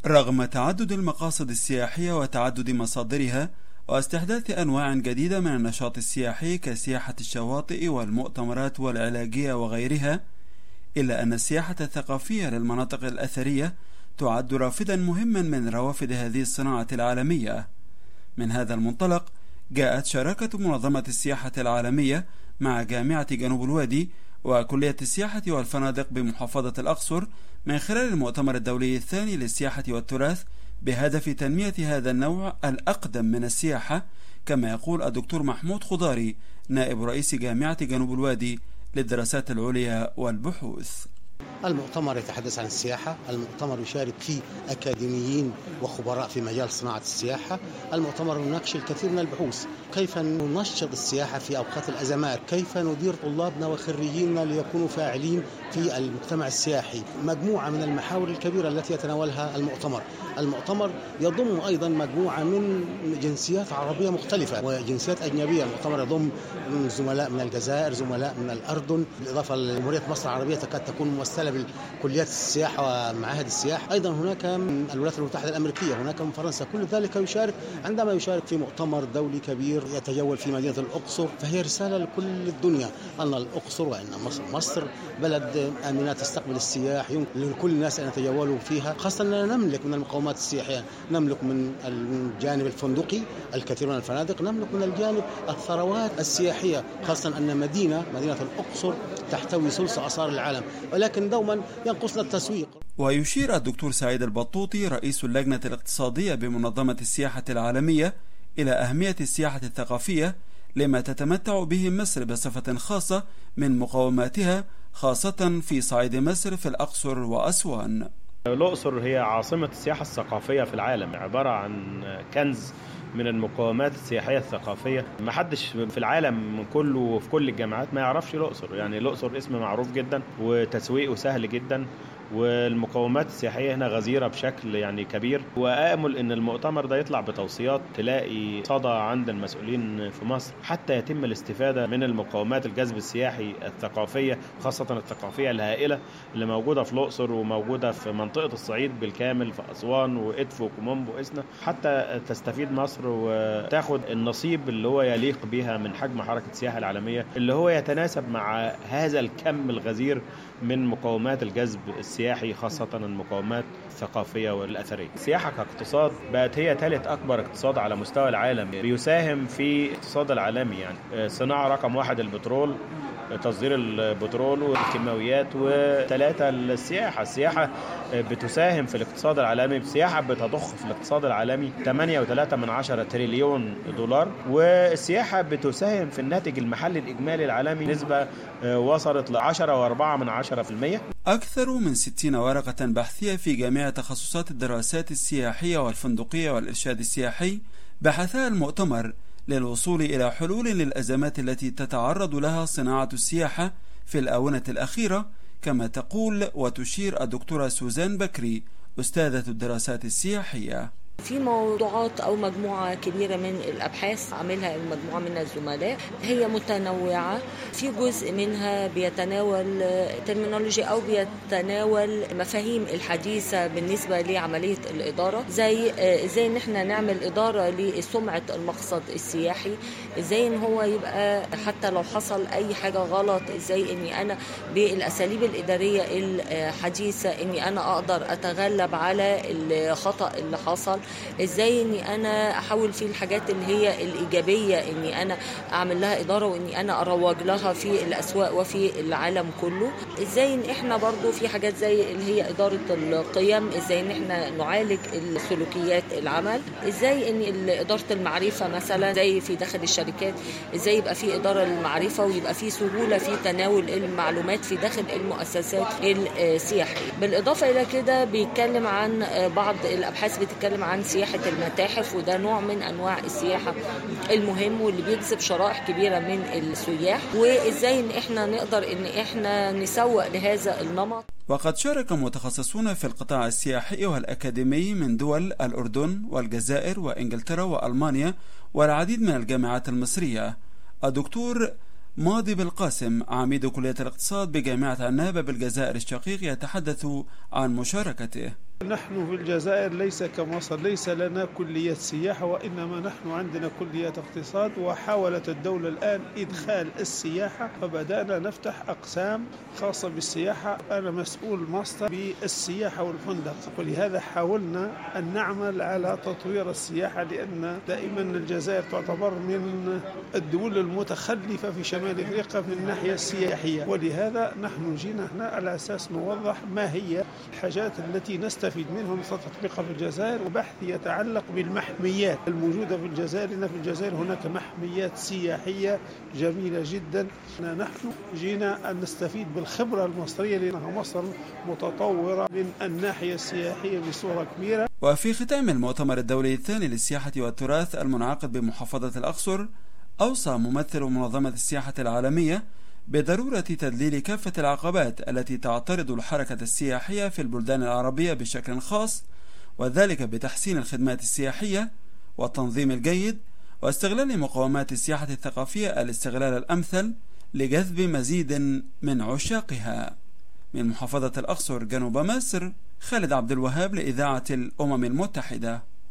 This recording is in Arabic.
رغم تعدد المقاصد السياحية وتعدد مصادرها واستحداث أنواع جديدة من النشاط السياحي كسياحة الشواطئ والمؤتمرات والعلاجية وغيرها، إلا أن السياحة الثقافية للمناطق الأثرية تعد رافدا مهما من روافد هذه الصناعة العالمية. من هذا المنطلق جاءت شراكة منظمة السياحة العالمية مع جامعة جنوب الوادي وكلية السياحة والفنادق بمحافظة الأقصر من خلال المؤتمر الدولي الثاني للسياحة والتراث بهدف تنمية هذا النوع الأقدم من السياحة، كما يقول الدكتور محمود خضاري نائب رئيس جامعة جنوب الوادي للدراسات العليا والبحوث. المؤتمر يتحدث عن السياحة، المؤتمر يشارك فيه أكاديميين وخبراء في مجال صناعة السياحة، المؤتمر يناقش الكثير من البحوث، كيف ننشط السياحة في أوقات الأزمات، كيف ندير طلابنا وخريجينا ليكونوا فاعلين في المجتمع السياحي، مجموعة من المحاور الكبيرة التي يتناولها المؤتمر. المؤتمر يضم أيضا مجموعة من جنسيات عربية مختلفة وجنسيات أجنبية. المؤتمر يضم زملاء من الجزائر، زملاء من الأردن، بالإضافة لجمهورية مصر العربية تكاد تكون ممثلة بالكليات السياحة ومعاهد السياحة، أيضا هناك من الولايات المتحدة الأمريكية، هناك من فرنسا. كل ذلك يشارك عندما يشارك في مؤتمر دولي كبير يتجول في مدينة الأقصر، فهي رسالة لكل الدنيا أن الأقصر وأن مصر بلد آمنة تستقبل السياح، يمكن لكل الناس أن يتجولوا فيها، خاصة أننا نملك من المقومات السياحية، نملك من الجانب الفندقي الكثير من الفنادق، نملك من الجانب الثروات السياحية، خاصة أن مدينة الأقصر تحتوي ثلث آثار العالم، ولكن دوما ينقصنا التسويق. ويشير الدكتور سعيد البطوطي رئيس اللجنة الاقتصادية بمنظمة السياحة العالمية إلى أهمية السياحة الثقافية لما تتمتع به مصر بصفة خاصة من مقوماتها، خاصة في صعيد مصر في الأقصر وأسوان. الأقصر هي عاصمة السياحة الثقافية في العالم، عبارة عن كنز من المقومات السياحية الثقافية. ما حدش في العالم كله وفي كل الجامعات ما يعرفش الأقصر. يعني الأقصر اسم معروف جدا وتسويقه سهل جدا، والمقومات السياحية هنا غزيرة بشكل كبير. وآمل ان المؤتمر ده يطلع بتوصيات تلاقي صدى عند المسؤولين في مصر حتى يتم الاستفادة من المقومات الجذب السياحي الثقافية، خاصة الثقافية الهائلة اللي موجودة في الأقصر وموجودة في منطقة الصعيد بالكامل، في أسوان وإدفو وكومومب وإسنا، حتى تستفيد مصر وتاخد النصيب اللي هو يليق بها من حجم حركة السياحة العالمية اللي هو يتناسب مع هذا الكم الغزير من مقومات الجذب السياحي، خاصة المقومات الثقافية والأثرية. السياحة كاقتصاد بقت هي ثالث أكبر اقتصاد على مستوى العالم، بيساهم في الاقتصاد العالمي. صناعة رقم 1 البترول، تصدير البترول والكيماويات، و3 السياحة بتساهم في الاقتصاد العالمي. السياحة بتضخ في الاقتصاد العالمي 8.3 تريليون دولار، والسياحة بتساهم في الناتج المحلي الإجمالي العالمي نسبة وصلت 10.4%. أكثر من 60 ورقة بحثية في جميع تخصصات الدراسات السياحية والفندقية والإرشاد السياحي بحثها المؤتمر للوصول إلى حلول للأزمات التي تتعرض لها صناعة السياحة في الآونة الأخيرة، كما تقول وتشير الدكتورة سوزان بكري أستاذة الدراسات السياحية. في موضوعات أو مجموعة كبيرة من الأبحاث عملها المجموعة من الزملاء، هي متنوعة. في جزء منها بيتناول ترمينولوجي أو بيتناول مفاهيم الحديثة بالنسبة لعملية الإدارة، زي إن احنا نعمل إدارة لسمعة المقصد السياحي، ازاي إن هو يبقى حتى لو حصل أي حاجة غلط، ازاي إني أنا بالأساليب الإدارية الحديثة إني أنا أقدر أتغلب على الخطأ اللي حصل، ازاي اني انا احول في الحاجات اللي هي الايجابيه اني انا اعمل لها اداره واني انا اروج لها في الاسواق وفي العالم كله، ازاي ان احنا برضو في حاجات زي اللي هي اداره القيم، ازاي ان احنا نعالج السلوكيات العمل، ازاي ان اداره المعرفه مثلا زي في داخل الشركات، ازاي يبقى في اداره للمعرفه ويبقى في سهوله في تناول المعلومات في داخل المؤسسات السياحيه. بالاضافه الى كده بيتكلم عن بعض الابحاث بتتكلم عن سياحة المتاحف، وده نوع من أنواع السياحة المهم واللي بيجذب شرائح كبيرة من السياح، وإزاي إن إحنا نقدر إن إحنا نسوق لهذا النمط. وقد شارك متخصصون في القطاع السياحي والأكاديمي من دول الأردن والجزائر وإنجلترا وألمانيا والعديد من الجامعات المصرية. الدكتور ماضي بالقاسم عميد كلية الاقتصاد بجامعة عنابة بالجزائر الشقيق يتحدث عن مشاركته. نحن في الجزائر ليس كمصر، ليس لنا كلية سياحة، وإنما نحن عندنا كلية اقتصاد، وحاولت الدولة الآن إدخال السياحة، فبدأنا نفتح أقسام خاصة بالسياحة. أنا مسؤول ماستر بالسياحة والفندق، ولهذا حاولنا أن نعمل على تطوير السياحة، لأن دائما الجزائر تعتبر من الدول المتخلفة في شمال أفريقيا في الناحية السياحية، ولهذا نحن جينا هنا على أساس نوضح ما هي الحاجات التي نستفيد منها ونستطيع تطبيقها في الجزائر، وبحث يتعلق بالمحميات الموجودة في الجزائر، لأن في الجزائر هناك محميات سياحية جميلة جدا. نحن جينا أن نستفيد بالخبرة المصرية، لأنها مصر متطورة من الناحية السياحية بصورة كبيرة. وفي ختام المؤتمر الدولي الثاني للسياحة والتراث المنعقد بمحافظة الأقصر، أوصى ممثل منظمة السياحة العالمية بضرورة تذليل كافة العقبات التي تعترض الحركة السياحية في البلدان العربية بشكل خاص، وذلك بتحسين الخدمات السياحية والتنظيم الجيد واستغلال مقومات السياحة الثقافية الاستغلال الأمثل لجذب مزيد من عشاقها. من محافظة الأقصر جنوب مصر، خالد عبد الوهاب لإذاعة الأمم المتحدة.